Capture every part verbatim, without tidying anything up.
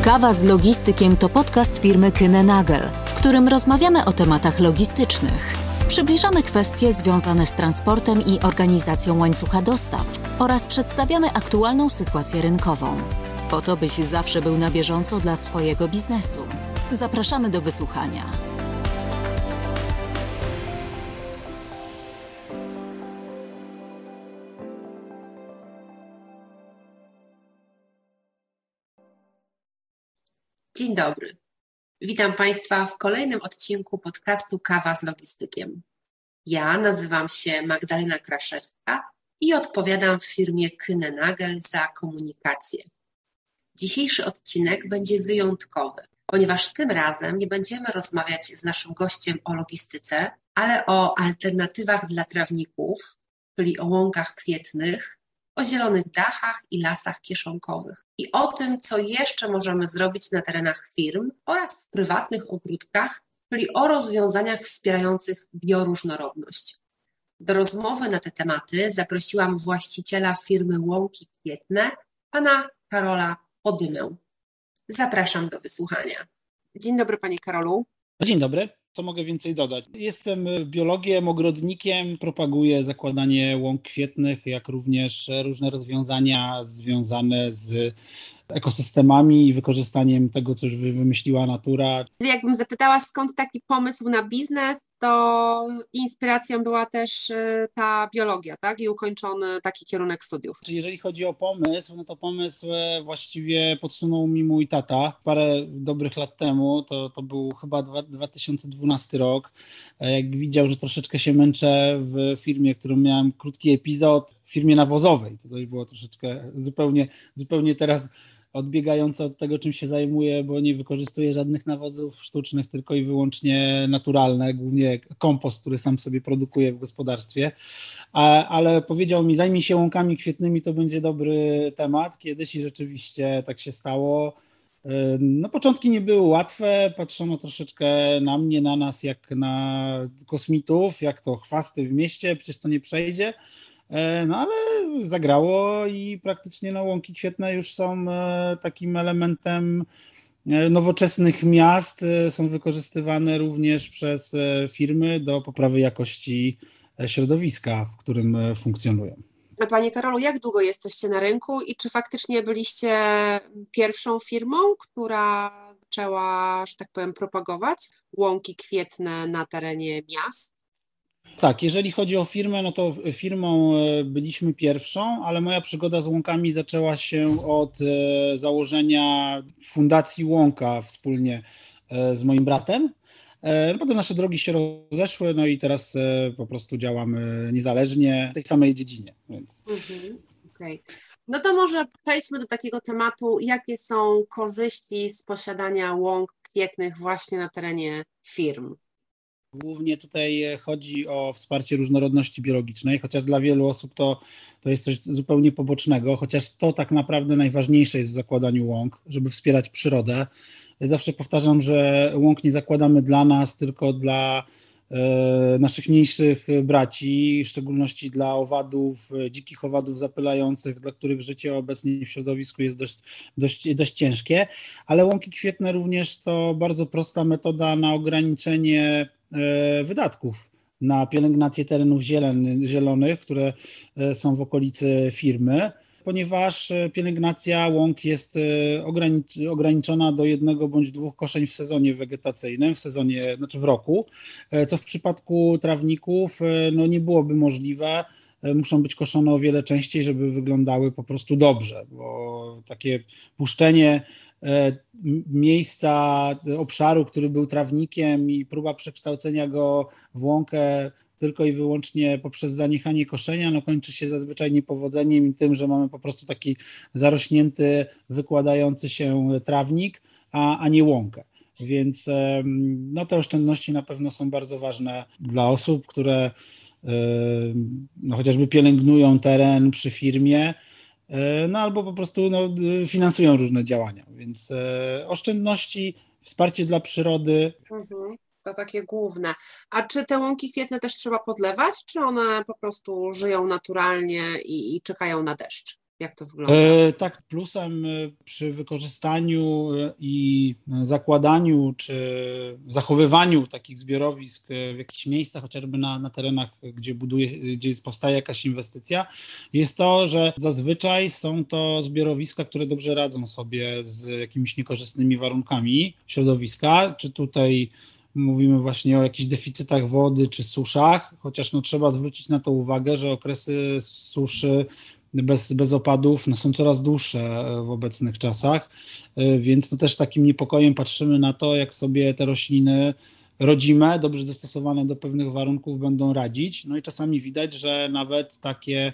Kawa z logistykiem to podcast firmy Kühne+Nagel, w którym rozmawiamy o tematach logistycznych. Przybliżamy kwestie związane z transportem i organizacją łańcucha dostaw oraz przedstawiamy aktualną sytuację rynkową. Po to, byś zawsze był na bieżąco dla swojego biznesu. Zapraszamy do wysłuchania. Dzień dobry. Witam Państwa w kolejnym odcinku podcastu Kawa z logistykiem. Ja nazywam się Magdalena Kraszewska i odpowiadam w firmie Kühne+Nagel za komunikację. Dzisiejszy odcinek będzie wyjątkowy, ponieważ tym razem nie będziemy rozmawiać z naszym gościem o logistyce, ale o alternatywach dla trawników, czyli o łąkach kwietnych, o zielonych dachach i lasach kieszonkowych i o tym, co jeszcze możemy zrobić na terenach firm oraz w prywatnych ogródkach, czyli o rozwiązaniach wspierających bioróżnorodność. Do rozmowy na te tematy zaprosiłam właściciela firmy Łąki Kwietne, pana Karola Podymę. Zapraszam do wysłuchania. Dzień dobry, panie Karolu. Dzień dobry. Co mogę więcej dodać? Jestem biologiem, ogrodnikiem, propaguję zakładanie łąk kwietnych, jak również różne rozwiązania związane z ekosystemami i wykorzystaniem tego, co już wymyśliła natura. Jakbym zapytała, skąd taki pomysł na biznes, to inspiracją była też ta biologia, tak? I ukończony taki kierunek studiów. Jeżeli chodzi o pomysł, no to pomysł właściwie podsunął mi mój tata parę dobrych lat temu, to, to był chyba dwa tysiące dwunasty rok, jak widział, że troszeczkę się męczę w firmie, w którym miałem krótki epizod, w firmie nawozowej. To też było troszeczkę zupełnie, zupełnie teraz odbiegające od tego, czym się zajmuję, bo nie wykorzystuję żadnych nawozów sztucznych, tylko i wyłącznie naturalne, głównie kompost, który sam sobie produkuję w gospodarstwie, A, ale powiedział mi, zajmij się łąkami kwietnymi, to będzie dobry temat kiedyś i rzeczywiście tak się stało. No początki nie były łatwe, patrzono troszeczkę na mnie, na nas jak na kosmitów, jak to chwasty w mieście, przecież to nie przejdzie. No ale zagrało i praktycznie no, łąki kwietne już są takim elementem nowoczesnych miast, są wykorzystywane również przez firmy do poprawy jakości środowiska, w którym funkcjonują. Panie Karolu, jak długo jesteście na rynku i czy faktycznie byliście pierwszą firmą, która zaczęła, że tak powiem, propagować łąki kwietne na terenie miast? Tak, jeżeli chodzi o firmę, no to firmą byliśmy pierwszą, ale moja przygoda z łąkami zaczęła się od założenia Fundacji Łąka wspólnie z moim bratem. Potem nasze drogi się rozeszły, no i teraz po prostu działamy niezależnie w tej samej dziedzinie. Więc... Mhm, okej. No to może przejdźmy do takiego tematu, jakie są korzyści z posiadania łąk kwietnych właśnie na terenie firm. Głównie tutaj chodzi o wsparcie różnorodności biologicznej, chociaż dla wielu osób to, to jest coś zupełnie pobocznego, chociaż to tak naprawdę najważniejsze jest w zakładaniu łąk, żeby wspierać przyrodę. Ja zawsze powtarzam, że łąk nie zakładamy dla nas, tylko dla e, naszych mniejszych braci, w szczególności dla owadów, dzikich owadów zapylających, dla których życie obecnie w środowisku jest dość, dość, dość ciężkie, ale łąki kwietne również to bardzo prosta metoda na ograniczenie wydatków na pielęgnację terenów zielonych, które są w okolicy firmy, ponieważ pielęgnacja łąk jest ograniczona do jednego bądź dwóch koszeń w sezonie wegetacyjnym, w sezonie, znaczy w roku, co w przypadku trawników no nie byłoby możliwe. Muszą być koszone o wiele częściej, żeby wyglądały po prostu dobrze, bo takie puszczenie miejsca, obszaru, który był trawnikiem i próba przekształcenia go w łąkę tylko i wyłącznie poprzez zaniechanie koszenia, no kończy się zazwyczaj niepowodzeniem i tym, że mamy po prostu taki zarośnięty, wykładający się trawnik, a, a nie łąkę. Więc no, te oszczędności na pewno są bardzo ważne dla osób, które no, chociażby pielęgnują teren przy firmie, no albo po prostu no, finansują różne działania, więc e, oszczędności, wsparcie dla przyrody. Mhm, to takie główne. A czy te łąki kwietne też trzeba podlewać, czy one po prostu żyją naturalnie i, i czekają na deszcz? Jak to wygląda? E, tak, plusem przy wykorzystaniu i zakładaniu czy zachowywaniu takich zbiorowisk w jakichś miejscach, chociażby na, na terenach, gdzie buduje, gdzie powstaje jakaś inwestycja, jest to, że zazwyczaj są to zbiorowiska, które dobrze radzą sobie z jakimiś niekorzystnymi warunkami środowiska, czy tutaj mówimy właśnie o jakichś deficytach wody czy suszach, chociaż no, trzeba zwrócić na to uwagę, że okresy suszy bez, bez opadów no, są coraz dłuższe w obecnych czasach, więc no, też takim niepokojem patrzymy na to, jak sobie te rośliny rodzime, dobrze dostosowane do pewnych warunków będą radzić. No i czasami widać, że nawet takie,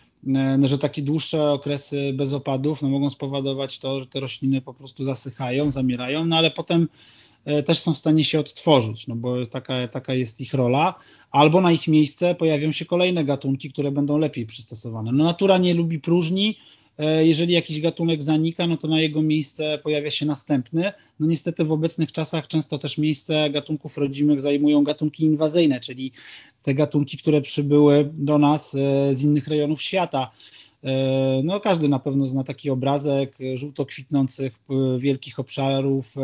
że takie dłuższe okresy bez opadów no, mogą spowodować to, że te rośliny po prostu zasychają, zamierają, no ale potem też są w stanie się odtworzyć, no bo taka, taka jest ich rola, albo na ich miejsce pojawią się kolejne gatunki, które będą lepiej przystosowane. No natura nie lubi próżni, jeżeli jakiś gatunek zanika, no to na jego miejsce pojawia się następny. No niestety w obecnych czasach często też miejsce gatunków rodzimych zajmują gatunki inwazyjne, czyli te gatunki, które przybyły do nas z innych rejonów świata. No każdy na pewno zna taki obrazek żółto kwitnących wielkich obszarów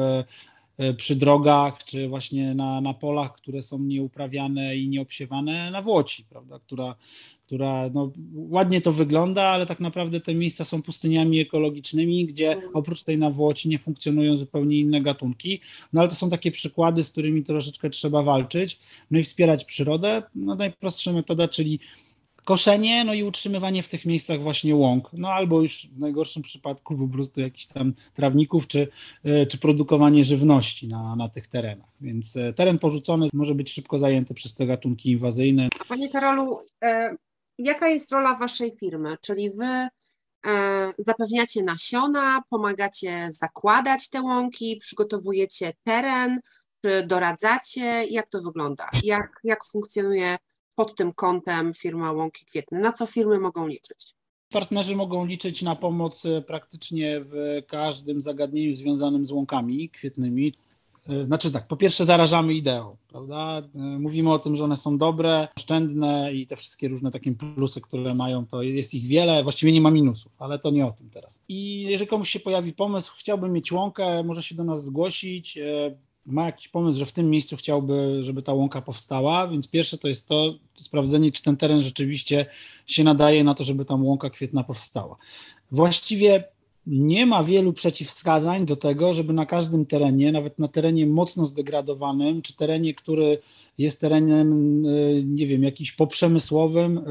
przy drogach, czy właśnie na, na polach, które są nieuprawiane i nieobsiewane nawłoci, prawda, która, która no, ładnie to wygląda, ale tak naprawdę te miejsca są pustyniami ekologicznymi, gdzie oprócz tej nawłoci nie funkcjonują zupełnie inne gatunki, no ale to są takie przykłady, z którymi troszeczkę trzeba walczyć, no i wspierać przyrodę. No najprostsza metoda, czyli koszenie, no i utrzymywanie w tych miejscach właśnie łąk, no albo już w najgorszym przypadku po prostu jakichś tam trawników, czy, czy produkowanie żywności na, na tych terenach. Więc teren porzucony może być szybko zajęty przez te gatunki inwazyjne. A Panie Karolu, e, jaka jest rola Waszej firmy? Czyli Wy e, zapewniacie nasiona, pomagacie zakładać te łąki, przygotowujecie teren, czy doradzacie? Jak to wygląda? Jak, jak funkcjonuje pod tym kątem firma Łąki Kwietne? Na co firmy mogą liczyć? Partnerzy mogą liczyć na pomoc praktycznie w każdym zagadnieniu związanym z łąkami kwietnymi. Znaczy tak, po pierwsze zarażamy ideą, prawda? Mówimy o tym, że one są dobre, oszczędne i te wszystkie różne takie plusy, które mają, to jest ich wiele, właściwie nie ma minusów, ale to nie o tym teraz. I jeżeli komuś się pojawi pomysł, chciałbym mieć łąkę, może się do nas zgłosić, ma jakiś pomysł, że w tym miejscu chciałby, żeby ta łąka powstała, więc pierwsze to jest to sprawdzenie, czy ten teren rzeczywiście się nadaje na to, żeby tam łąka kwietna powstała. Właściwie nie ma wielu przeciwwskazań do tego, żeby na każdym terenie, nawet na terenie mocno zdegradowanym, czy terenie, który jest terenem, nie wiem, jakimś poprzemysłowym,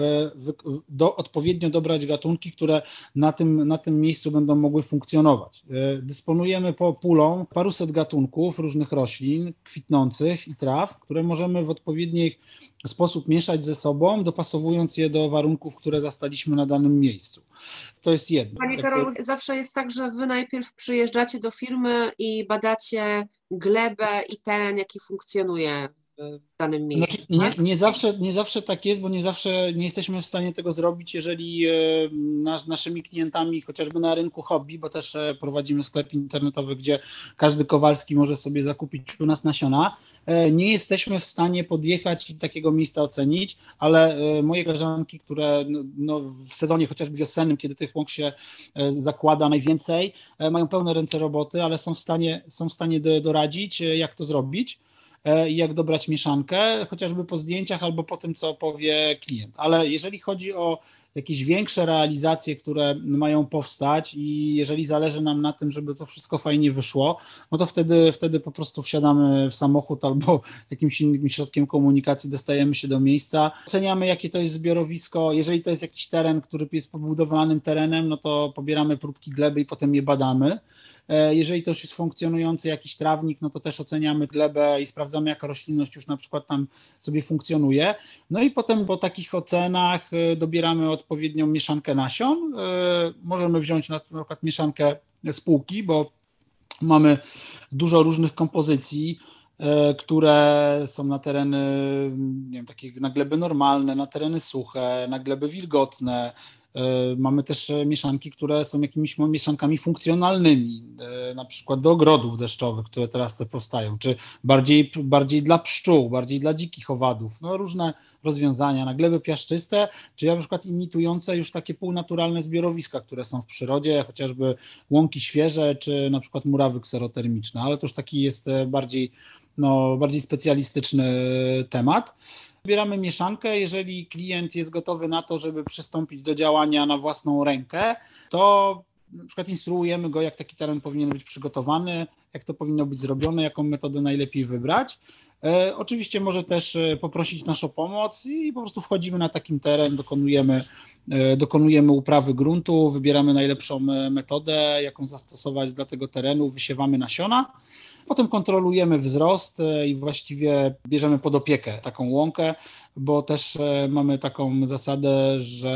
do, odpowiednio dobrać gatunki, które na tym, na tym miejscu będą mogły funkcjonować. Dysponujemy po pulą paruset gatunków różnych roślin kwitnących i traw, które możemy w odpowiedni sposób mieszać ze sobą, dopasowując je do warunków, które zastaliśmy na danym miejscu. To jest jedno. Panie Karolu, zawsze jest tak, że Wy najpierw przyjeżdżacie do firmy i badacie glebę i teren, jaki funkcjonuje w danym miejscu. Znaczy, nie, nie, zawsze, nie zawsze tak jest, bo nie zawsze nie jesteśmy w stanie tego zrobić, jeżeli nas, naszymi klientami, chociażby na rynku hobby, bo też prowadzimy sklep internetowy, gdzie każdy Kowalski może sobie zakupić u nas nasiona, nie jesteśmy w stanie podjechać i takiego miejsca ocenić, ale moje koleżanki, które no, w sezonie chociażby wiosennym, kiedy tych łąk się zakłada najwięcej, mają pełne ręce roboty, ale są w stanie, są w stanie doradzić, jak to zrobić i jak dobrać mieszankę, chociażby po zdjęciach albo po tym, co powie klient. Ale jeżeli chodzi o jakieś większe realizacje, które mają powstać i jeżeli zależy nam na tym, żeby to wszystko fajnie wyszło, no to wtedy, wtedy po prostu wsiadamy w samochód albo jakimś innym środkiem komunikacji, dostajemy się do miejsca, oceniamy, jakie to jest zbiorowisko. Jeżeli to jest jakiś teren, który jest pobudowanym terenem, no to pobieramy próbki gleby i potem je badamy. Jeżeli to już jest funkcjonujący jakiś trawnik, no to też oceniamy glebę i sprawdzamy, jaka roślinność już na przykład tam sobie funkcjonuje. No i potem po takich ocenach dobieramy odpowiednią mieszankę nasion. Możemy wziąć na przykład mieszankę spółki, bo mamy dużo różnych kompozycji, które są na tereny, nie wiem, takie na gleby normalne, na tereny suche, na gleby wilgotne, Mamy też mieszanki, które są jakimiś mieszankami funkcjonalnymi, na przykład do ogrodów deszczowych, które teraz te powstają, czy bardziej, bardziej dla pszczół, bardziej dla dzikich owadów. No, różne rozwiązania na gleby piaszczyste, czy na przykład imitujące już takie półnaturalne zbiorowiska, które są w przyrodzie, chociażby łąki świeże, czy na przykład murawy kserotermiczne, ale to już taki jest bardziej, no, bardziej specjalistyczny temat. Wybieramy mieszankę, jeżeli klient jest gotowy na to, żeby przystąpić do działania na własną rękę, to na przykład instruujemy go, jak taki teren powinien być przygotowany, jak to powinno być zrobione, jaką metodę najlepiej wybrać. E, oczywiście może też poprosić nas o pomoc i po prostu wchodzimy na takim teren, dokonujemy, e, dokonujemy uprawy gruntu, wybieramy najlepszą metodę, jaką zastosować dla tego terenu, wysiewamy nasiona. Potem kontrolujemy wzrost i właściwie bierzemy pod opiekę taką łąkę, bo też mamy taką zasadę,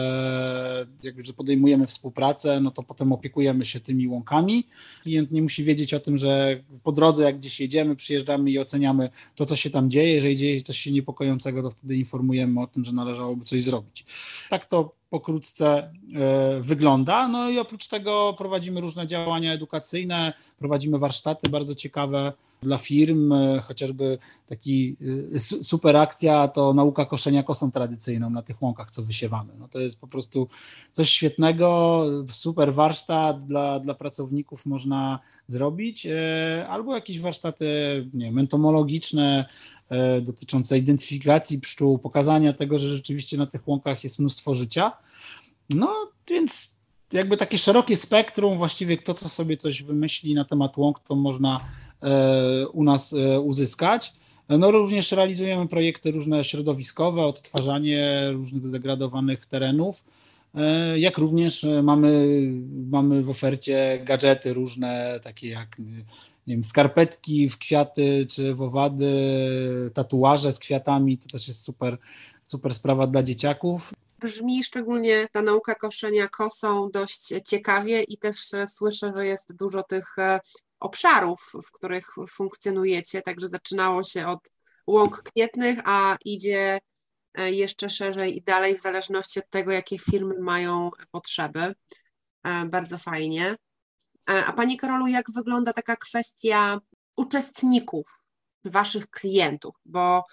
że jak już podejmujemy współpracę, no to potem opiekujemy się tymi łąkami. Klient nie musi wiedzieć o tym, że po drodze, jak gdzieś jedziemy, przyjeżdżamy i oceniamy to, co się tam dzieje. Jeżeli dzieje się coś niepokojącego, to wtedy informujemy o tym, że należałoby coś zrobić. Tak to pokrótce wygląda. No i oprócz tego prowadzimy różne działania edukacyjne, prowadzimy warsztaty bardzo ciekawe dla firm, chociażby taki super akcja to nauka koszenia kosą tradycyjną na tych łąkach, co wysiewamy. No to jest po prostu coś świetnego, super warsztat dla, dla pracowników można zrobić, albo jakieś warsztaty, nie wiem, entomologiczne dotyczące identyfikacji pszczół, pokazania tego, że rzeczywiście na tych łąkach jest mnóstwo życia. No więc jakby takie szerokie spektrum, właściwie kto co sobie coś wymyśli na temat łąk, to można u nas uzyskać. No również realizujemy projekty różne środowiskowe, odtwarzanie różnych zdegradowanych terenów, jak również mamy, mamy w ofercie gadżety różne, takie jak nie wiem, skarpetki w kwiaty czy w owady, tatuaże z kwiatami, to też jest super, super sprawa dla dzieciaków. Brzmi szczególnie ta nauka koszenia kosą dość ciekawie i też słyszę, że jest dużo tych obszarów, w których funkcjonujecie, także zaczynało się od łąk kwietnych, a idzie jeszcze szerzej i dalej w zależności od tego, jakie firmy mają potrzeby. Bardzo fajnie. A Pani Karolu, jak wygląda taka kwestia uczestników, Waszych klientów? Bo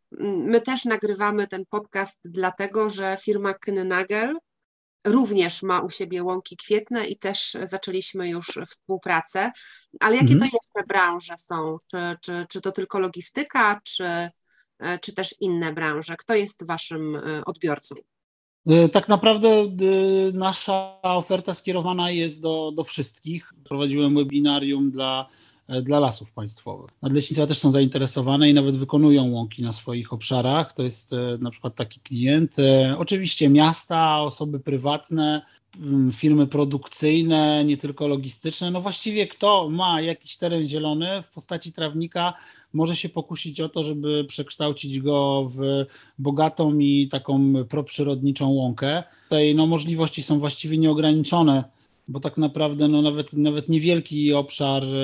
my też nagrywamy ten podcast dlatego, że firma Kynnenagel również ma u siebie łąki kwietne i też zaczęliśmy już współpracę. Ale jakie mhm. to jeszcze branże są? Czy, czy, czy to tylko logistyka, czy, czy też inne branże? Kto jest Waszym odbiorcą? Tak naprawdę nasza oferta skierowana jest do, do wszystkich. Prowadziłem webinarium dla, dla lasów państwowych. Nadleśnictwa też są zainteresowane i nawet wykonują łąki na swoich obszarach. To jest na przykład taki klient. Oczywiście miasta, osoby prywatne, firmy produkcyjne, nie tylko logistyczne. No właściwie kto ma jakiś teren zielony w postaci trawnika, może się pokusić o to, żeby przekształcić go w bogatą i taką proprzyrodniczą łąkę. Tutaj no, możliwości są właściwie nieograniczone, bo tak naprawdę no, nawet, nawet niewielki obszar y,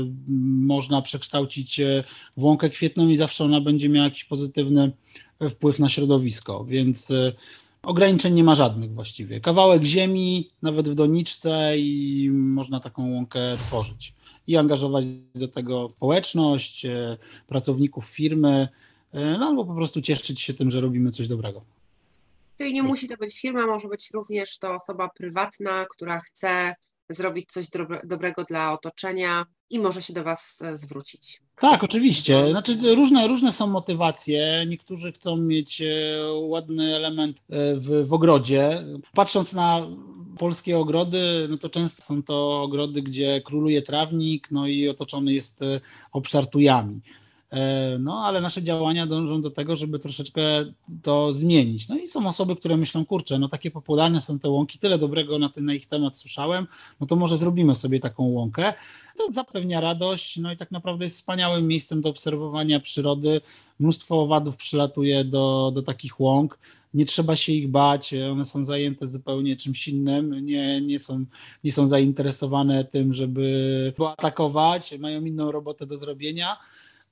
można przekształcić w łąkę kwietną i zawsze ona będzie miała jakiś pozytywny wpływ na środowisko, więc y, ograniczeń nie ma żadnych właściwie. Kawałek ziemi, nawet w doniczce i można taką łąkę tworzyć i angażować do tego społeczność, pracowników firmy, no albo po prostu cieszyć się tym, że robimy coś dobrego. Czyli nie musi to być firma, może być również to osoba prywatna, która chce zrobić coś dobrego dla otoczenia i może się do Was zwrócić. Tak, oczywiście. Znaczy, różne, różne są motywacje. Niektórzy chcą mieć ładny element w, w ogrodzie. Patrząc na polskie ogrody, no to często są to ogrody, gdzie króluje trawnik, no i otoczony jest obszar tujami. No, ale nasze działania dążą do tego, żeby troszeczkę to zmienić. No i są osoby, które myślą, kurczę, no takie popularne są te łąki, tyle dobrego na, ten, na ich temat słyszałem, no to może zrobimy sobie taką łąkę. To zapewnia radość, no i tak naprawdę jest wspaniałym miejscem do obserwowania przyrody. Mnóstwo owadów przylatuje do, do takich łąk. Nie trzeba się ich bać, one są zajęte zupełnie czymś innym, nie, nie, są, nie są zainteresowane tym, żeby atakować, mają inną robotę do zrobienia.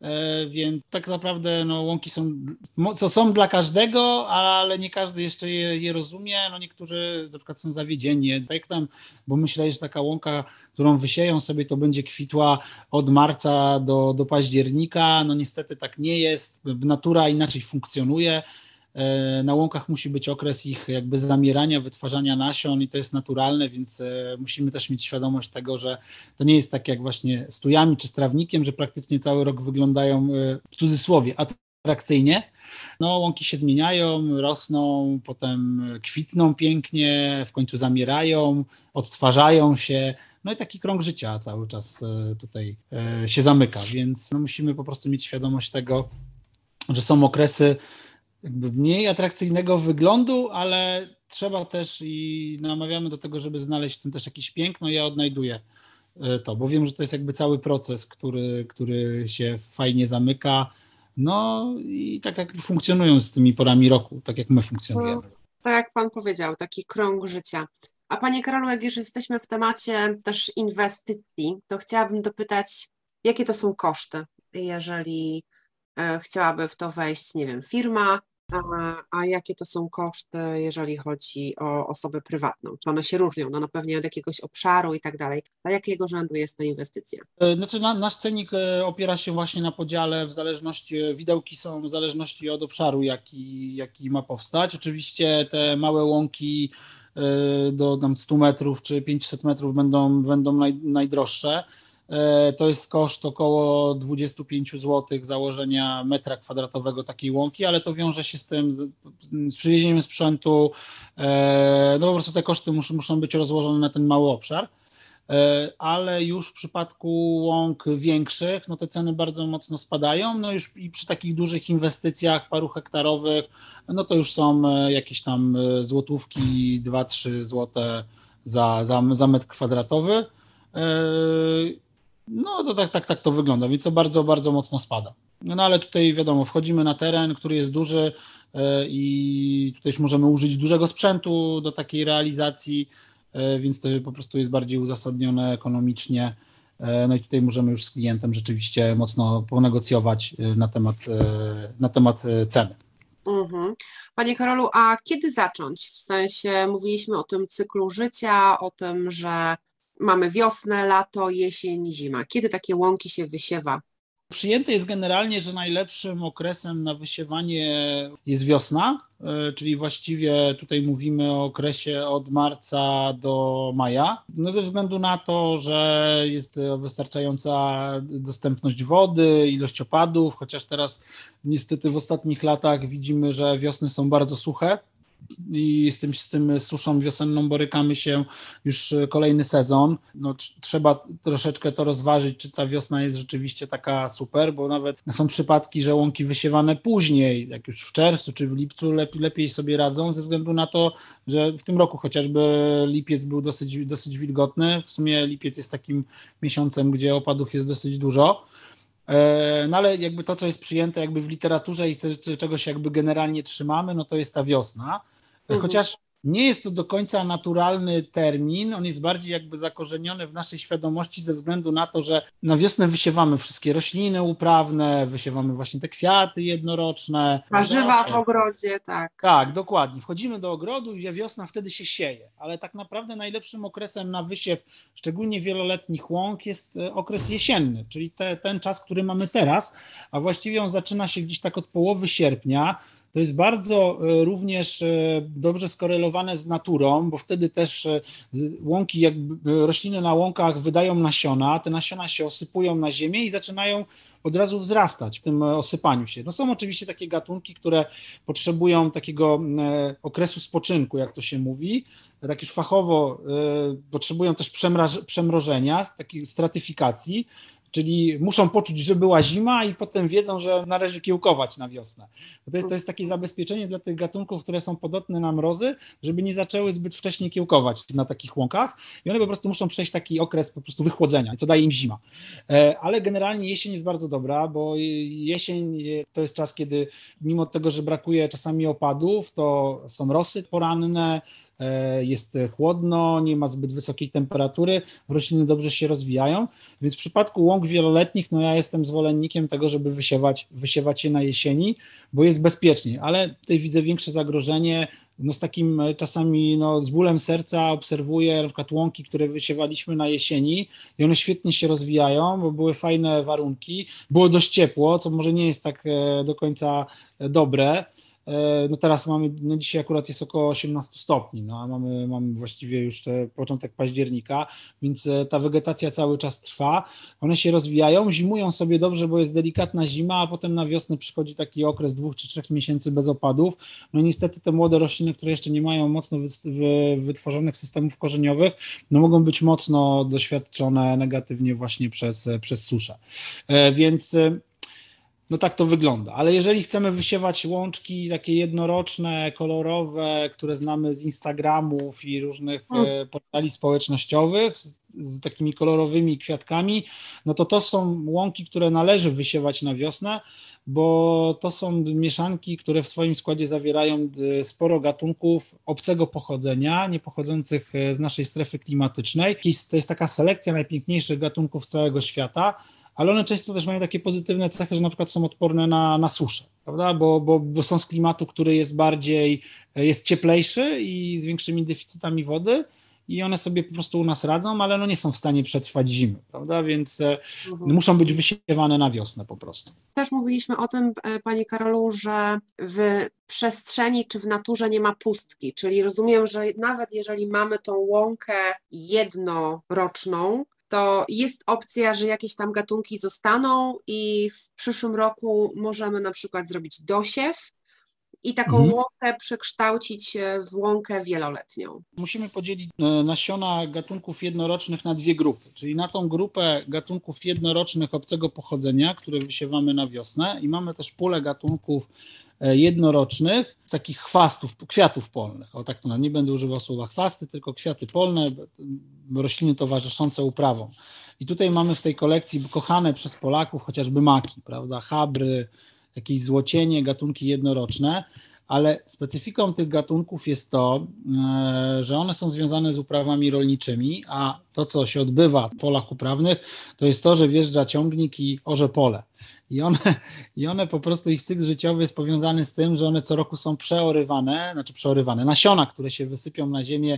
więc tak naprawdę no, łąki są, co są dla każdego, ale nie każdy jeszcze je, je rozumie. No, niektórzy na przykład są zawiedzieni efektem, bo myśleli, że taka łąka, którą wysieją sobie, to będzie kwitła od marca do, do października. No niestety tak nie jest. Natura inaczej funkcjonuje. Na łąkach musi być okres ich jakby zamierania, wytwarzania nasion i to jest naturalne, więc musimy też mieć świadomość tego, że to nie jest tak jak właśnie z tujami czy z trawnikiem, że praktycznie cały rok wyglądają w cudzysłowie atrakcyjnie. No łąki się zmieniają, rosną, potem kwitną pięknie, w końcu zamierają, odtwarzają się. No i taki krąg życia cały czas tutaj się zamyka, więc no musimy po prostu mieć świadomość tego, że są okresy jakby mniej atrakcyjnego wyglądu, ale trzeba też i namawiamy do tego, żeby znaleźć w tym też jakieś piękno. Ja odnajduję to, bo wiem, że to jest jakby cały proces, który, który się fajnie zamyka. No i tak jak funkcjonują z tymi porami roku, tak jak my funkcjonujemy. No, tak jak Pan powiedział, taki krąg życia. A Panie Karolu, jak już jesteśmy w temacie też inwestycji, to chciałabym dopytać, jakie to są koszty, jeżeli chciałaby w to wejść, nie wiem, firma, a, a jakie to są koszty, jeżeli chodzi o osobę prywatną? Czy one się różnią? No, no pewnie od jakiegoś obszaru i tak dalej. A jakiego rzędu jest ta inwestycja? Znaczy na, nasz cennik opiera się właśnie na podziale w zależności, widełki są w zależności od obszaru, jaki, jaki ma powstać. Oczywiście te małe łąki do tam stu metrów czy pięćset metrów będą, będą naj, najdroższe. To jest koszt około dwadzieścia pięć złotych założenia metra kwadratowego takiej łąki, ale to wiąże się z tym, z przywiezieniem sprzętu, no po prostu te koszty muszą, muszą być rozłożone na ten mały obszar, ale już w przypadku łąk większych, no te ceny bardzo mocno spadają, no już i przy takich dużych inwestycjach paru hektarowych, no to już są jakieś tam złotówki, dwa trzy złote za, za, za metr kwadratowy. No to tak, tak, tak to wygląda, więc to bardzo, bardzo mocno spada. No ale tutaj wiadomo, wchodzimy na teren, który jest duży i tutaj już możemy użyć dużego sprzętu do takiej realizacji, więc to po prostu jest bardziej uzasadnione ekonomicznie. No i tutaj możemy już z klientem rzeczywiście mocno ponegocjować na temat, na temat ceny. Mhm. Panie Karolu, a kiedy zacząć? W sensie mówiliśmy o tym cyklu życia, o tym, że mamy wiosnę, lato, jesień, zima. Kiedy takie łąki się wysiewa? Przyjęte jest generalnie, że najlepszym okresem na wysiewanie jest wiosna, czyli właściwie tutaj mówimy o okresie od marca do maja. No ze względu na to, że jest wystarczająca dostępność wody, ilość opadów, chociaż teraz niestety w ostatnich latach widzimy, że wiosny są bardzo suche. I z tym, z tym suszą wiosenną borykamy się już kolejny sezon. No, tr- trzeba troszeczkę to rozważyć, czy ta wiosna jest rzeczywiście taka super, bo nawet są przypadki, że łąki wysiewane później, jak już w czerwcu czy w lipcu lepiej, lepiej sobie radzą, ze względu na to, że w tym roku chociażby lipiec był dosyć, dosyć wilgotny. W sumie lipiec jest takim miesiącem, gdzie opadów jest dosyć dużo. No ale jakby to, co jest przyjęte jakby w literaturze i czego się jakby generalnie trzymamy, no to jest ta wiosna. Chociaż nie jest to do końca naturalny termin, on jest bardziej jakby zakorzeniony w naszej świadomości ze względu na to, że na wiosnę wysiewamy wszystkie rośliny uprawne, wysiewamy właśnie te kwiaty jednoroczne. Warzywa w ogrodzie, tak. Tak, dokładnie. Wchodzimy do ogrodu i wiosna wtedy się sieje, ale tak naprawdę najlepszym okresem na wysiew, szczególnie wieloletnich łąk, jest okres jesienny, czyli te, ten czas, który mamy teraz, a właściwie on zaczyna się gdzieś tak od połowy sierpnia. To jest bardzo również dobrze skorelowane z naturą, bo wtedy też łąki, jakby rośliny na łąkach wydają nasiona, te nasiona się osypują na ziemię i zaczynają od razu wzrastać w tym osypaniu się. No są oczywiście takie gatunki, które potrzebują takiego okresu spoczynku, jak to się mówi, tak już fachowo potrzebują też przemrożenia, takiej stratyfikacji, czyli muszą poczuć, że była zima i potem wiedzą, że należy kiełkować na wiosnę. To jest, to jest takie zabezpieczenie dla tych gatunków, które są podatne na mrozy, żeby nie zaczęły zbyt wcześnie kiełkować na takich łąkach i one po prostu muszą przejść taki okres po prostu wychłodzenia, co daje im zima. Ale generalnie jesień jest bardzo dobra, bo jesień to jest czas, kiedy mimo tego, że brakuje czasami opadów, to są rosy poranne, jest chłodno, nie ma zbyt wysokiej temperatury, rośliny dobrze się rozwijają, więc w przypadku łąk wieloletnich, no ja jestem zwolennikiem tego, żeby wysiewać, wysiewać je na jesieni, bo jest bezpieczniej, ale tutaj widzę większe zagrożenie, no z takim czasami no, z bólem serca obserwuję na przykład łąki, które wysiewaliśmy na jesieni i one świetnie się rozwijają, bo były fajne warunki, było dość ciepło, co może nie jest tak do końca dobre. No teraz mamy, no dzisiaj akurat jest około osiemnaście stopni, no a mamy, mamy właściwie już początek października, więc ta wegetacja cały czas trwa, one się rozwijają, zimują sobie dobrze, bo jest delikatna zima, a potem na wiosnę przychodzi taki okres dwóch czy trzech miesięcy bez opadów. No niestety te młode rośliny, które jeszcze nie mają mocno wytworzonych systemów korzeniowych, no mogą być mocno doświadczone negatywnie właśnie przez, przez suszę. Więc no tak to wygląda, ale jeżeli chcemy wysiewać łączki takie jednoroczne, kolorowe, które znamy z Instagramów i różnych e, portali społecznościowych z, z takimi kolorowymi kwiatkami, no to to są łąki, które należy wysiewać na wiosnę, bo to są mieszanki, które w swoim składzie zawierają sporo gatunków obcego pochodzenia, nie pochodzących z naszej strefy klimatycznej. To jest taka selekcja najpiękniejszych gatunków całego świata, ale one często też mają takie pozytywne cechy, że na przykład są odporne na, na suszę, prawda? Bo, bo, bo są z klimatu, który jest bardziej, jest cieplejszy i z większymi deficytami wody i one sobie po prostu u nas radzą, ale no nie są w stanie przetrwać zimy, prawda? Więc mhm. muszą być wysiewane na wiosnę po prostu. Też mówiliśmy o tym, Pani Karolu, że w przestrzeni czy w naturze nie ma pustki, czyli rozumiem, że nawet jeżeli mamy tą łąkę jednoroczną, to jest opcja, że jakieś tam gatunki zostaną i w przyszłym roku możemy na przykład zrobić dosiew i taką mhm. łąkę przekształcić w łąkę wieloletnią. Musimy podzielić nasiona gatunków jednorocznych na dwie grupy, czyli na tą grupę gatunków jednorocznych obcego pochodzenia, które wysiewamy na wiosnę i mamy też pulę gatunków jednorocznych, takich chwastów, kwiatów polnych. O tak to nie będę używał słowa chwasty, tylko kwiaty polne, rośliny towarzyszące uprawom. I tutaj mamy w tej kolekcji kochane przez Polaków chociażby maki, prawda, chabry, jakieś złocienie, gatunki jednoroczne, ale specyfiką tych gatunków jest to, że one są związane z uprawami rolniczymi, a to, co się odbywa w polach uprawnych, to jest to, że wjeżdża ciągnik i orze pole. I one, I one po prostu, ich cykl życiowy jest powiązany z tym, że one co roku są przeorywane, znaczy przeorywane, nasiona, które się wysypią na ziemię,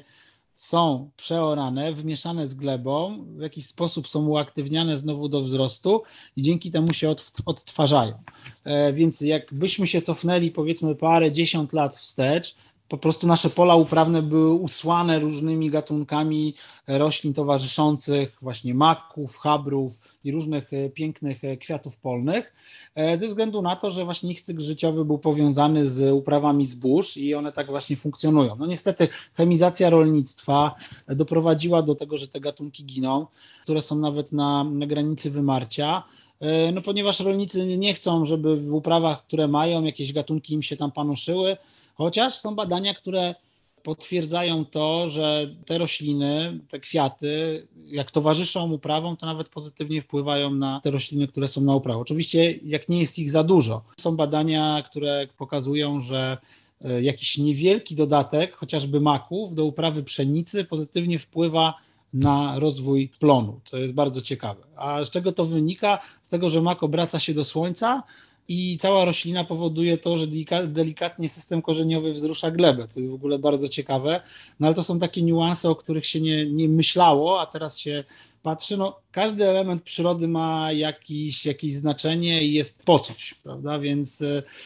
są przeorane, wymieszane z glebą, w jakiś sposób są uaktywniane znowu do wzrostu i dzięki temu się od, odtwarzają. E, więc jakbyśmy się cofnęli powiedzmy parę dziesiąt lat wstecz, po prostu nasze pola uprawne były usłane różnymi gatunkami roślin towarzyszących, właśnie maków, chabrów i różnych pięknych kwiatów polnych, ze względu na to, że właśnie ich cykl życiowy był powiązany z uprawami zbóż i one tak właśnie funkcjonują. No niestety chemizacja rolnictwa doprowadziła do tego, że te gatunki giną, które są nawet na, na granicy wymarcia, no ponieważ rolnicy nie chcą, żeby w uprawach, które mają, jakieś gatunki im się tam panoszyły, chociaż są badania, które potwierdzają to, że te rośliny, te kwiaty, jak towarzyszą uprawom, to nawet pozytywnie wpływają na te rośliny, które są na uprawę. Oczywiście jak nie jest ich za dużo. Są badania, które pokazują, że jakiś niewielki dodatek, chociażby maków, do uprawy pszenicy pozytywnie wpływa na rozwój plonu, co jest bardzo ciekawe. A z czego to wynika? Z tego, że mak obraca się do słońca, i cała roślina powoduje to, że delikatnie system korzeniowy wzrusza glebę, co jest w ogóle bardzo ciekawe, no ale to są takie niuanse, o których się nie, nie myślało, a teraz się patrzy, no każdy element przyrody ma jakiś, jakieś znaczenie i jest po coś, prawda, więc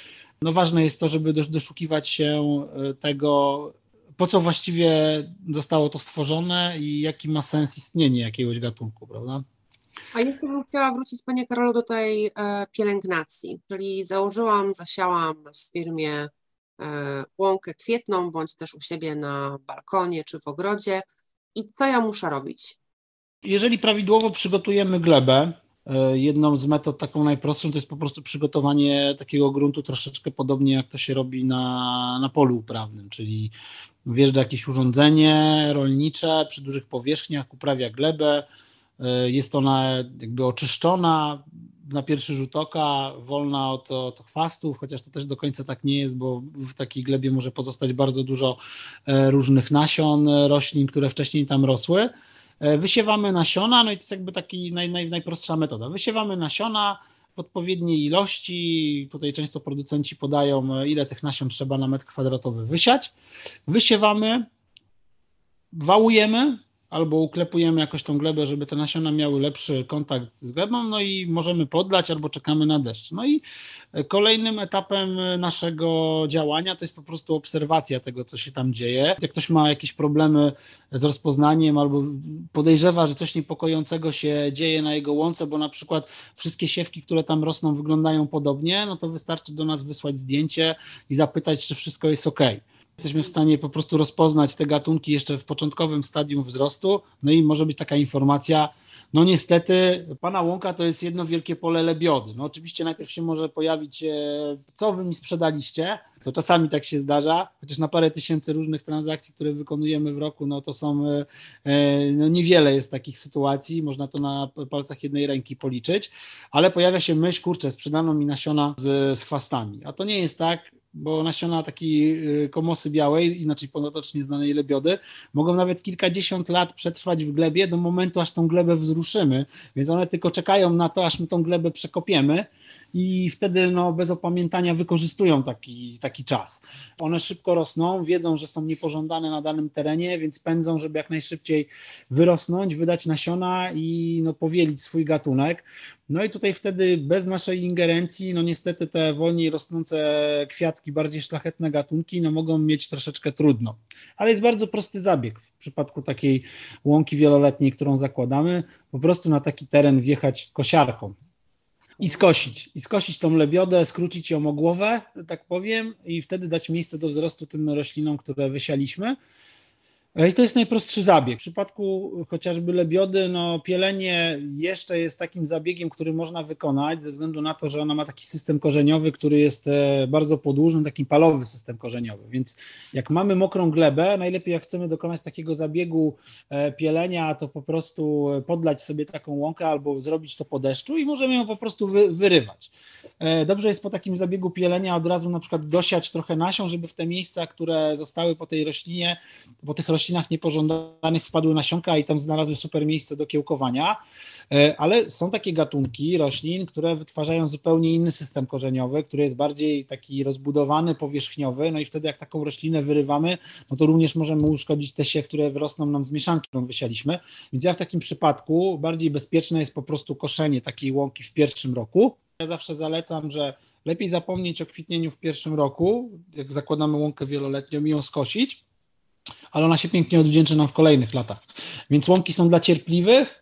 no ważne jest to, żeby doszukiwać się tego, po co właściwie zostało to stworzone i jaki ma sens istnienie jakiegoś gatunku, prawda. A jeszcze bym chciała wrócić, Panie Karolu, do tej e, pielęgnacji, czyli założyłam, zasiałam w firmie e, łąkę kwietną, bądź też u siebie na balkonie czy w ogrodzie i co ja muszę robić? Jeżeli prawidłowo przygotujemy glebę, e, jedną z metod taką najprostszą to jest po prostu przygotowanie takiego gruntu troszeczkę podobnie jak to się robi na, na polu uprawnym, czyli wjeżdża jakieś urządzenie rolnicze przy dużych powierzchniach, uprawia glebę, jest ona jakby oczyszczona, na pierwszy rzut oka wolna od, od chwastów, chociaż to też do końca tak nie jest, bo w takiej glebie może pozostać bardzo dużo różnych nasion, roślin, które wcześniej tam rosły. Wysiewamy nasiona, no i to jest jakby taki naj, naj, najprostsza metoda. Wysiewamy nasiona w odpowiedniej ilości, tutaj często producenci podają, ile tych nasion trzeba na metr kwadratowy wysiać. Wysiewamy, wałujemy albo uklepujemy jakoś tą glebę, żeby te nasiona miały lepszy kontakt z glebą, no i możemy podlać albo czekamy na deszcz. No i kolejnym etapem naszego działania to jest po prostu obserwacja tego, co się tam dzieje. Jak ktoś ma jakieś problemy z rozpoznaniem albo podejrzewa, że coś niepokojącego się dzieje na jego łące, bo na przykład wszystkie siewki, które tam rosną, wyglądają podobnie, no to wystarczy do nas wysłać zdjęcie i zapytać, czy wszystko jest ok. Jesteśmy w stanie po prostu rozpoznać te gatunki jeszcze w początkowym stadium wzrostu, no i może być taka informacja, no niestety pana łąka to jest jedno wielkie pole lebiody. No oczywiście najpierw się może pojawić, co wy mi sprzedaliście, co czasami tak się zdarza, chociaż na parę tysięcy różnych transakcji, które wykonujemy w roku, no to są, no niewiele jest takich sytuacji, można to na palcach jednej ręki policzyć, ale pojawia się myśl, kurczę, sprzedano mi nasiona z, z chwastami, a to nie jest tak, bo nasiona takiej komosy białej, inaczej potocznie znanej lebiody, mogą nawet kilkadziesiąt lat przetrwać w glebie do momentu, aż tą glebę wzruszymy, więc one tylko czekają na to, aż my tą glebę przekopiemy i wtedy no, bez opamiętania wykorzystują taki, taki czas. One szybko rosną, wiedzą, że są niepożądane na danym terenie, więc pędzą, żeby jak najszybciej wyrosnąć, wydać nasiona i no, powielić swój gatunek. No i tutaj wtedy bez naszej ingerencji, no niestety te wolniej rosnące kwiatki, bardziej szlachetne gatunki, no mogą mieć troszeczkę trudno. Ale jest bardzo prosty zabieg w przypadku takiej łąki wieloletniej, którą zakładamy, po prostu na taki teren wjechać kosiarką i skosić. I skosić tą lebiodę, skrócić ją o głowę, tak powiem, i wtedy dać miejsce do wzrostu tym roślinom, które wysialiśmy. I to jest najprostszy zabieg. W przypadku chociażby lebiody, no pielenie jeszcze jest takim zabiegiem, który można wykonać ze względu na to, że ona ma taki system korzeniowy, który jest bardzo podłużny, taki palowy system korzeniowy, więc jak mamy mokrą glebę, najlepiej jak chcemy dokonać takiego zabiegu pielenia, to po prostu podlać sobie taką łąkę albo zrobić to po deszczu i możemy ją po prostu wy, wyrywać. Dobrze jest po takim zabiegu pielenia od razu na przykład dosiać trochę nasion, żeby w te miejsca, które zostały po tej roślinie, po tych roślinach niepożądanych wpadły nasionka i tam znalazły super miejsce do kiełkowania, ale są takie gatunki roślin, które wytwarzają zupełnie inny system korzeniowy, który jest bardziej taki rozbudowany, powierzchniowy, no i wtedy jak taką roślinę wyrywamy, no to również możemy uszkodzić te siew, które wyrosną nam z mieszanki, którą wysialiśmy, więc ja w takim przypadku bardziej bezpieczne jest po prostu koszenie takiej łąki w pierwszym roku. Ja zawsze zalecam, że lepiej zapomnieć o kwitnieniu w pierwszym roku, jak zakładamy łąkę wieloletnią i ją skosić, ale ona się pięknie odwdzięczy nam w kolejnych latach. Więc łąki są dla cierpliwych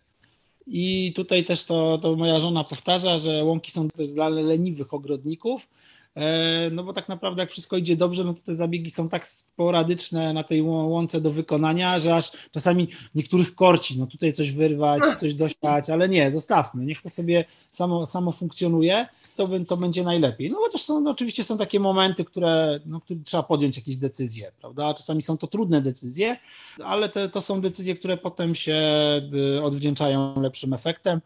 i tutaj też to, to moja żona powtarza, że łąki są też dla leniwych ogrodników, no bo tak naprawdę jak wszystko idzie dobrze, no to te zabiegi są tak sporadyczne na tej łące do wykonania, że aż czasami niektórych korci, no tutaj coś wyrwać, coś dosiać, ale nie, zostawmy, niech to sobie samo, samo funkcjonuje, to, to będzie najlepiej. No chociaż są, no, oczywiście są takie momenty, które, no, które trzeba podjąć jakieś decyzje, prawda, czasami są to trudne decyzje, ale te, to są decyzje, które potem się odwdzięczają lepszym efektem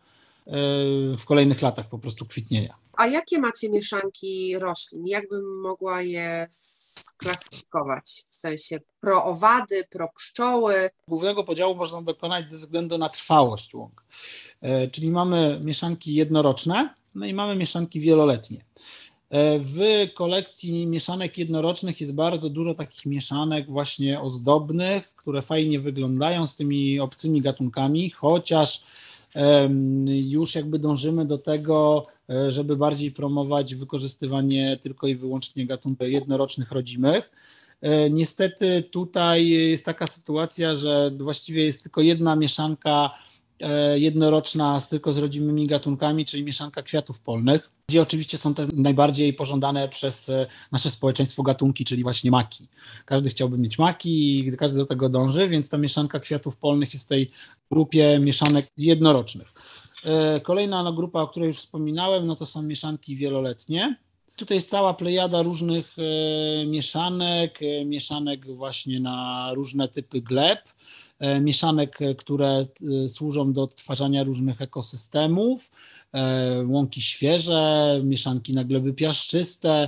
w kolejnych latach po prostu kwitnienia. A jakie macie mieszanki roślin? Jakbym mogła je sklasyfikować? W sensie proowady, propszczoły? Głównego podziału można dokonać ze względu na trwałość łąk. Czyli mamy mieszanki jednoroczne, no i mamy mieszanki wieloletnie. W kolekcji mieszanek jednorocznych jest bardzo dużo takich mieszanek właśnie ozdobnych, które fajnie wyglądają z tymi obcymi gatunkami, chociaż już jakby dążymy do tego, żeby bardziej promować wykorzystywanie tylko i wyłącznie gatunków jednorocznych rodzimych. Niestety tutaj jest taka sytuacja, że właściwie jest tylko jedna mieszanka jednoroczna z tylko z rodzimymi gatunkami, czyli mieszanka kwiatów polnych, gdzie oczywiście są te najbardziej pożądane przez nasze społeczeństwo gatunki, czyli właśnie maki. Każdy chciałby mieć maki i każdy do tego dąży, więc ta mieszanka kwiatów polnych jest w tej grupie mieszanek jednorocznych. Kolejna no, grupa, o której już wspominałem, no to są mieszanki wieloletnie. Tutaj jest cała plejada różnych mieszanek, mieszanek właśnie na różne typy gleb. mieszanek, które służą do odtwarzania różnych ekosystemów, łąki świeże, mieszanki na gleby piaszczyste,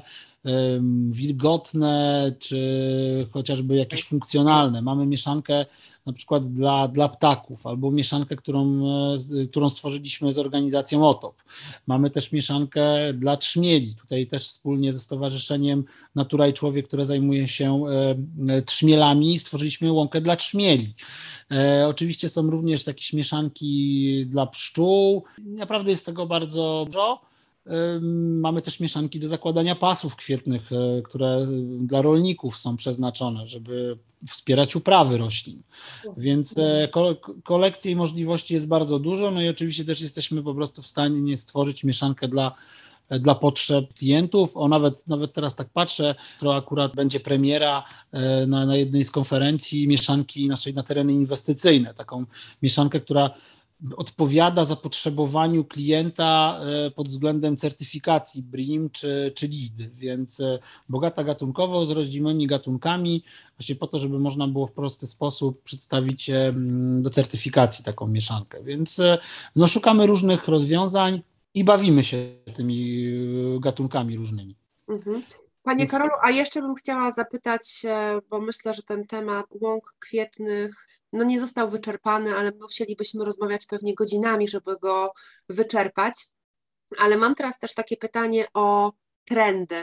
wilgotne, czy chociażby jakieś funkcjonalne. Mamy mieszankę na przykład dla, dla ptaków, albo mieszankę, którą, którą stworzyliśmy z organizacją O T O P. Mamy też mieszankę dla trzmieli. Tutaj też wspólnie ze Stowarzyszeniem Natura i Człowiek, które zajmuje się trzmielami, stworzyliśmy łąkę dla trzmieli. Oczywiście są również jakieś mieszanki dla pszczół. Naprawdę jest tego bardzo dużo. Mamy też mieszanki do zakładania pasów kwietnych, które dla rolników są przeznaczone, żeby wspierać uprawy roślin. Więc kolekcji i możliwości jest bardzo dużo, no i oczywiście też jesteśmy po prostu w stanie stworzyć mieszankę dla, dla potrzeb klientów. O, nawet, nawet teraz tak patrzę, to akurat będzie premiera na, na jednej z konferencji mieszanki naszej na tereny inwestycyjne, taką mieszankę, która odpowiada zapotrzebowaniu klienta pod względem certyfikacji B R I M czy, czy LEED, więc bogata gatunkowo z rodzimymi gatunkami, właśnie po to, żeby można było w prosty sposób przedstawić do certyfikacji taką mieszankę. Więc no, szukamy różnych rozwiązań i bawimy się tymi gatunkami różnymi. Mhm. Panie Karolu, a jeszcze bym chciała zapytać, bo myślę, że ten temat łąk kwietnych no nie został wyczerpany, ale musielibyśmy rozmawiać pewnie godzinami, żeby go wyczerpać. Ale mam teraz też takie pytanie o trendy.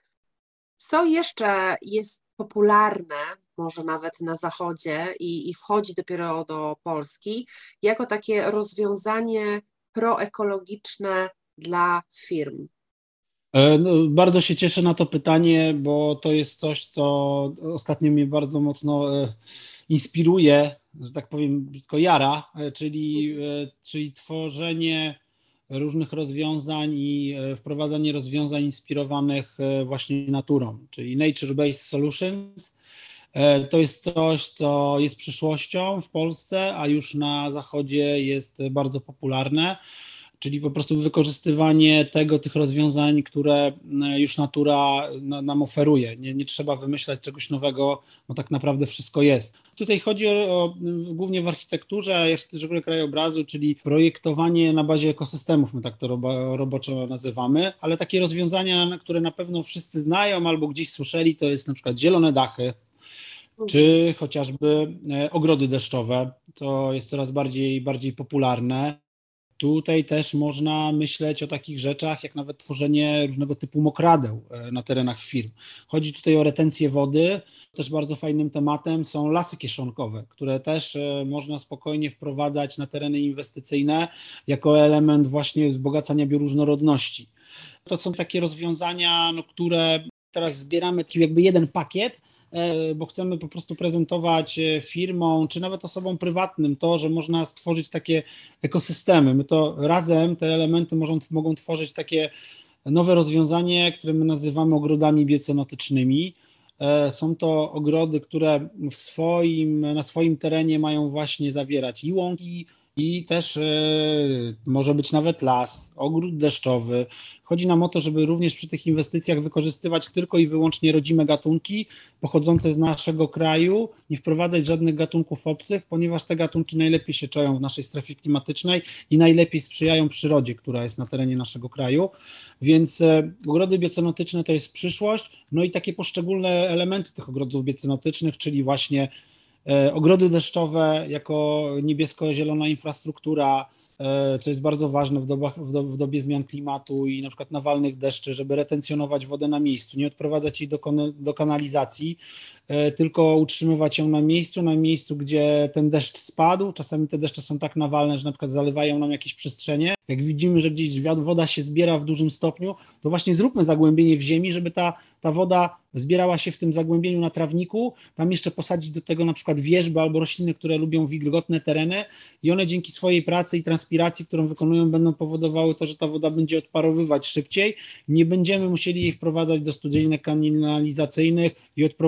Co jeszcze jest popularne, może nawet na zachodzie i, i wchodzi dopiero do Polski, jako takie rozwiązanie proekologiczne dla firm? No, bardzo się cieszę na to pytanie, bo to jest coś, co ostatnio mnie bardzo mocno inspiruje, że tak powiem, tylko jara, czyli, czyli tworzenie różnych rozwiązań i wprowadzanie rozwiązań inspirowanych właśnie naturą, czyli Nature-Based Solutions. To jest coś, co jest przyszłością w Polsce, a już na zachodzie jest bardzo popularne. Czyli po prostu wykorzystywanie tego, tych rozwiązań, które już natura nam oferuje. Nie, nie trzeba wymyślać czegoś nowego, bo tak naprawdę wszystko jest. Tutaj chodzi o, o głównie w architekturze, architekturze krajobrazu, czyli projektowanie na bazie ekosystemów, my tak to robo, roboczo nazywamy, ale takie rozwiązania, które na pewno wszyscy znają albo gdzieś słyszeli, to jest na przykład zielone dachy, czy chociażby ogrody deszczowe. To jest coraz bardziej, bardziej popularne. Tutaj też można myśleć o takich rzeczach, jak nawet tworzenie różnego typu mokradeł na terenach firm. Chodzi tutaj o retencję wody. Też bardzo fajnym tematem są lasy kieszonkowe, które też można spokojnie wprowadzać na tereny inwestycyjne jako element właśnie wzbogacania bioróżnorodności. To są takie rozwiązania, no, które teraz zbieramy taki jakby jeden pakiet, bo chcemy po prostu prezentować firmom, czy nawet osobom prywatnym to, że można stworzyć takie ekosystemy. My to razem, te elementy mogą, mogą tworzyć takie nowe rozwiązanie, które my nazywamy ogrodami biocenotycznymi. Są to ogrody, które w swoim, na swoim terenie mają właśnie zawierać i łąki, i też y, może być nawet las, ogród deszczowy. Chodzi nam o to, żeby również przy tych inwestycjach wykorzystywać tylko i wyłącznie rodzime gatunki pochodzące z naszego kraju, nie wprowadzać żadnych gatunków obcych, ponieważ te gatunki najlepiej się czują w naszej strefie klimatycznej i najlepiej sprzyjają przyrodzie, która jest na terenie naszego kraju. Więc y, ogrody biocenotyczne to jest przyszłość, no i takie poszczególne elementy tych ogrodów biocenotycznych, czyli właśnie ogrody deszczowe jako niebiesko-zielona infrastruktura, co jest bardzo ważne w, dobach, w, do, w dobie zmian klimatu i na przykład nawalnych deszczy, żeby retencjonować wodę na miejscu, nie odprowadzać jej do, do kanalizacji, tylko utrzymywać ją na miejscu, na miejscu, gdzie ten deszcz spadł. Czasami te deszcze są tak nawalne, że na przykład zalewają nam jakieś przestrzenie. Jak widzimy, że gdzieś woda się zbiera w dużym stopniu, to właśnie zróbmy zagłębienie w ziemi, żeby ta, ta woda zbierała się w tym zagłębieniu na trawniku, tam jeszcze posadzić do tego na przykład wierzby albo rośliny, które lubią wilgotne tereny i one dzięki swojej pracy i transpiracji, którą wykonują, będą powodowały to, że ta woda będzie odparowywać szybciej. Nie będziemy musieli jej wprowadzać do studziennek kanalizacyjnych i odprowadzać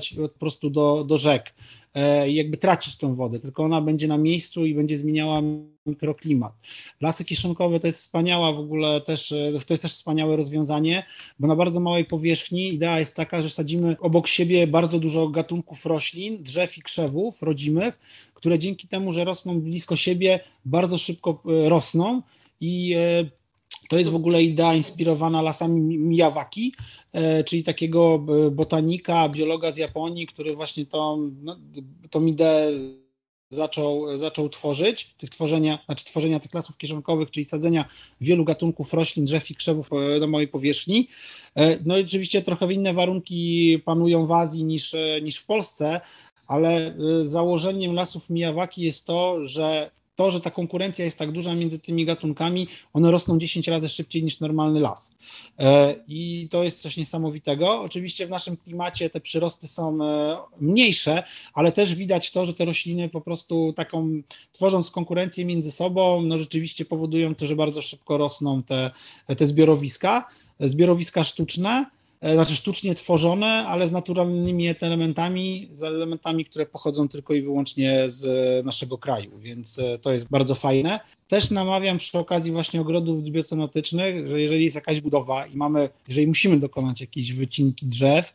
wpływać po prostu do, do rzek i jakby tracić tą wodę, tylko ona będzie na miejscu i będzie zmieniała mikroklimat. Lasy kiszonkowe to jest wspaniała w ogóle też, to jest też wspaniałe rozwiązanie, bo na bardzo małej powierzchni idea jest taka, że sadzimy obok siebie bardzo dużo gatunków roślin, drzew i krzewów rodzimych, które dzięki temu, że rosną blisko siebie, bardzo szybko rosną i to jest w ogóle idea inspirowana lasami Miyawaki, czyli takiego botanika, biologa z Japonii, który właśnie tą, no, tą ideę zaczął, zaczął tworzyć, tych tworzenia, znaczy tworzenia tych lasów kieszonkowych, czyli sadzenia wielu gatunków roślin, drzew i krzewów na małej powierzchni. No i oczywiście trochę inne warunki panują w Azji niż, niż w Polsce, ale założeniem lasów Miyawaki jest to, że to, że ta konkurencja jest tak duża między tymi gatunkami, one rosną dziesięć razy szybciej niż normalny las. I to jest coś niesamowitego. Oczywiście w naszym klimacie te przyrosty są mniejsze, ale też widać to, że te rośliny po prostu taką, tworząc konkurencję między sobą, no rzeczywiście powodują to, że bardzo szybko rosną te, te zbiorowiska, zbiorowiska sztuczne, znaczy sztucznie tworzone, ale z naturalnymi elementami, z elementami, które pochodzą tylko i wyłącznie z naszego kraju, więc to jest bardzo fajne. Też namawiam przy okazji właśnie ogrodów biocenotycznych, że jeżeli jest jakaś budowa i mamy, jeżeli musimy dokonać jakiejś wycinki drzew,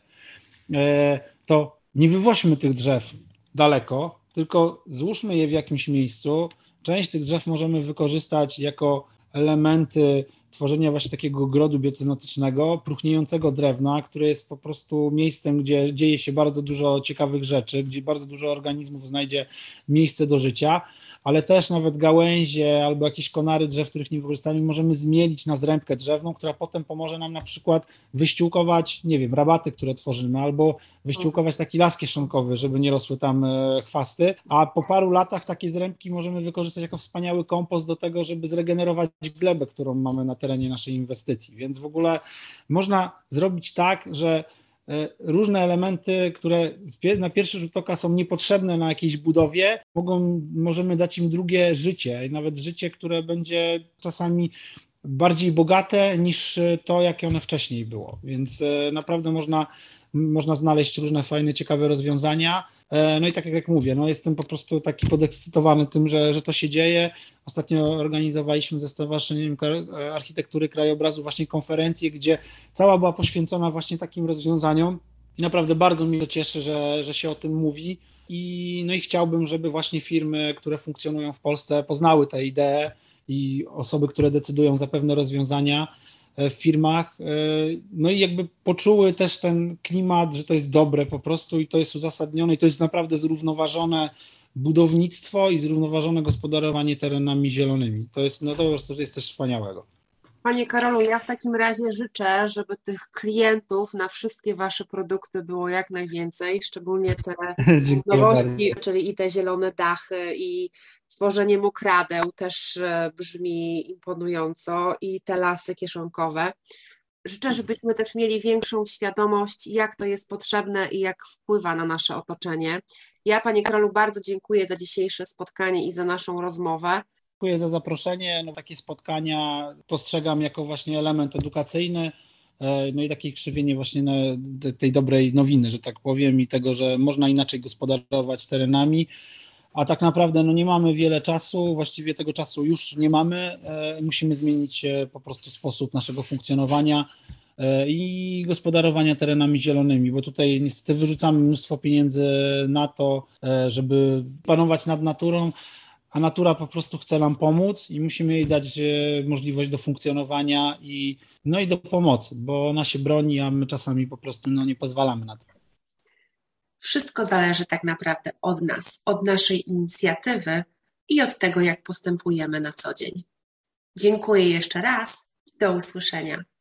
to nie wywoźmy tych drzew daleko, tylko złóżmy je w jakimś miejscu. Część tych drzew możemy wykorzystać jako elementy tworzenia właśnie takiego ogrodu biocenotycznego, próchniejącego drewna, które jest po prostu miejscem, gdzie dzieje się bardzo dużo ciekawych rzeczy, gdzie bardzo dużo organizmów znajdzie miejsce do życia, ale też nawet gałęzie albo jakieś konary drzew, których nie wykorzystali, możemy zmielić na zrębkę drzewną, która potem pomoże nam na przykład wyściółkować, nie wiem, rabaty, które tworzymy, albo wyściółkować taki las kieszonkowy, żeby nie rosły tam chwasty, a po paru latach takie zrębki możemy wykorzystać jako wspaniały kompost do tego, żeby zregenerować glebę, którą mamy na terenie naszej inwestycji, więc w ogóle można zrobić tak, że różne elementy, które na pierwszy rzut oka są niepotrzebne na jakiejś budowie, mogą, możemy dać im drugie życie, nawet życie, które będzie czasami bardziej bogate niż to, jakie one wcześniej było, więc naprawdę można, można znaleźć różne fajne, ciekawe rozwiązania. No i tak jak mówię, no jestem po prostu taki podekscytowany tym, że, że to się dzieje. Ostatnio organizowaliśmy ze Stowarzyszeniem Architektury Krajobrazu właśnie konferencję, gdzie cała była poświęcona właśnie takim rozwiązaniom i naprawdę bardzo mnie to cieszy, że, że się o tym mówi i, no i chciałbym, żeby właśnie firmy, które funkcjonują w Polsce, poznały tę ideę i osoby, które decydują za pewne rozwiązania w firmach, no i jakby poczuły też ten klimat, że to jest dobre po prostu i to jest uzasadnione i to jest naprawdę zrównoważone budownictwo i zrównoważone gospodarowanie terenami zielonymi. To jest, no to po prostu jest coś wspaniałego. Panie Karolu, ja w takim razie życzę, żeby tych klientów na wszystkie Wasze produkty było jak najwięcej, szczególnie te nowości, czyli i te zielone dachy, i tworzenie mokradeł też brzmi imponująco, i te lasy kieszonkowe. Życzę, żebyśmy też mieli większą świadomość, jak to jest potrzebne i jak wpływa na nasze otoczenie. Ja, Panie Karolu, bardzo dziękuję za dzisiejsze spotkanie i za naszą rozmowę. Dziękuję za zaproszenie. No, takie spotkania postrzegam jako właśnie element edukacyjny, no i takie krzywienie właśnie na tej dobrej nowiny, że tak powiem, i tego, że można inaczej gospodarować terenami, a tak naprawdę no, nie mamy wiele czasu, właściwie tego czasu już nie mamy, musimy zmienić po prostu sposób naszego funkcjonowania i gospodarowania terenami zielonymi, bo tutaj niestety wyrzucamy mnóstwo pieniędzy na to, żeby panować nad naturą, a natura po prostu chce nam pomóc i musimy jej dać możliwość do funkcjonowania i, no i do pomocy, bo ona się broni, a my czasami po prostu no, nie pozwalamy na to. Wszystko zależy tak naprawdę od nas, od naszej inicjatywy i od tego, jak postępujemy na co dzień. Dziękuję jeszcze raz i do usłyszenia.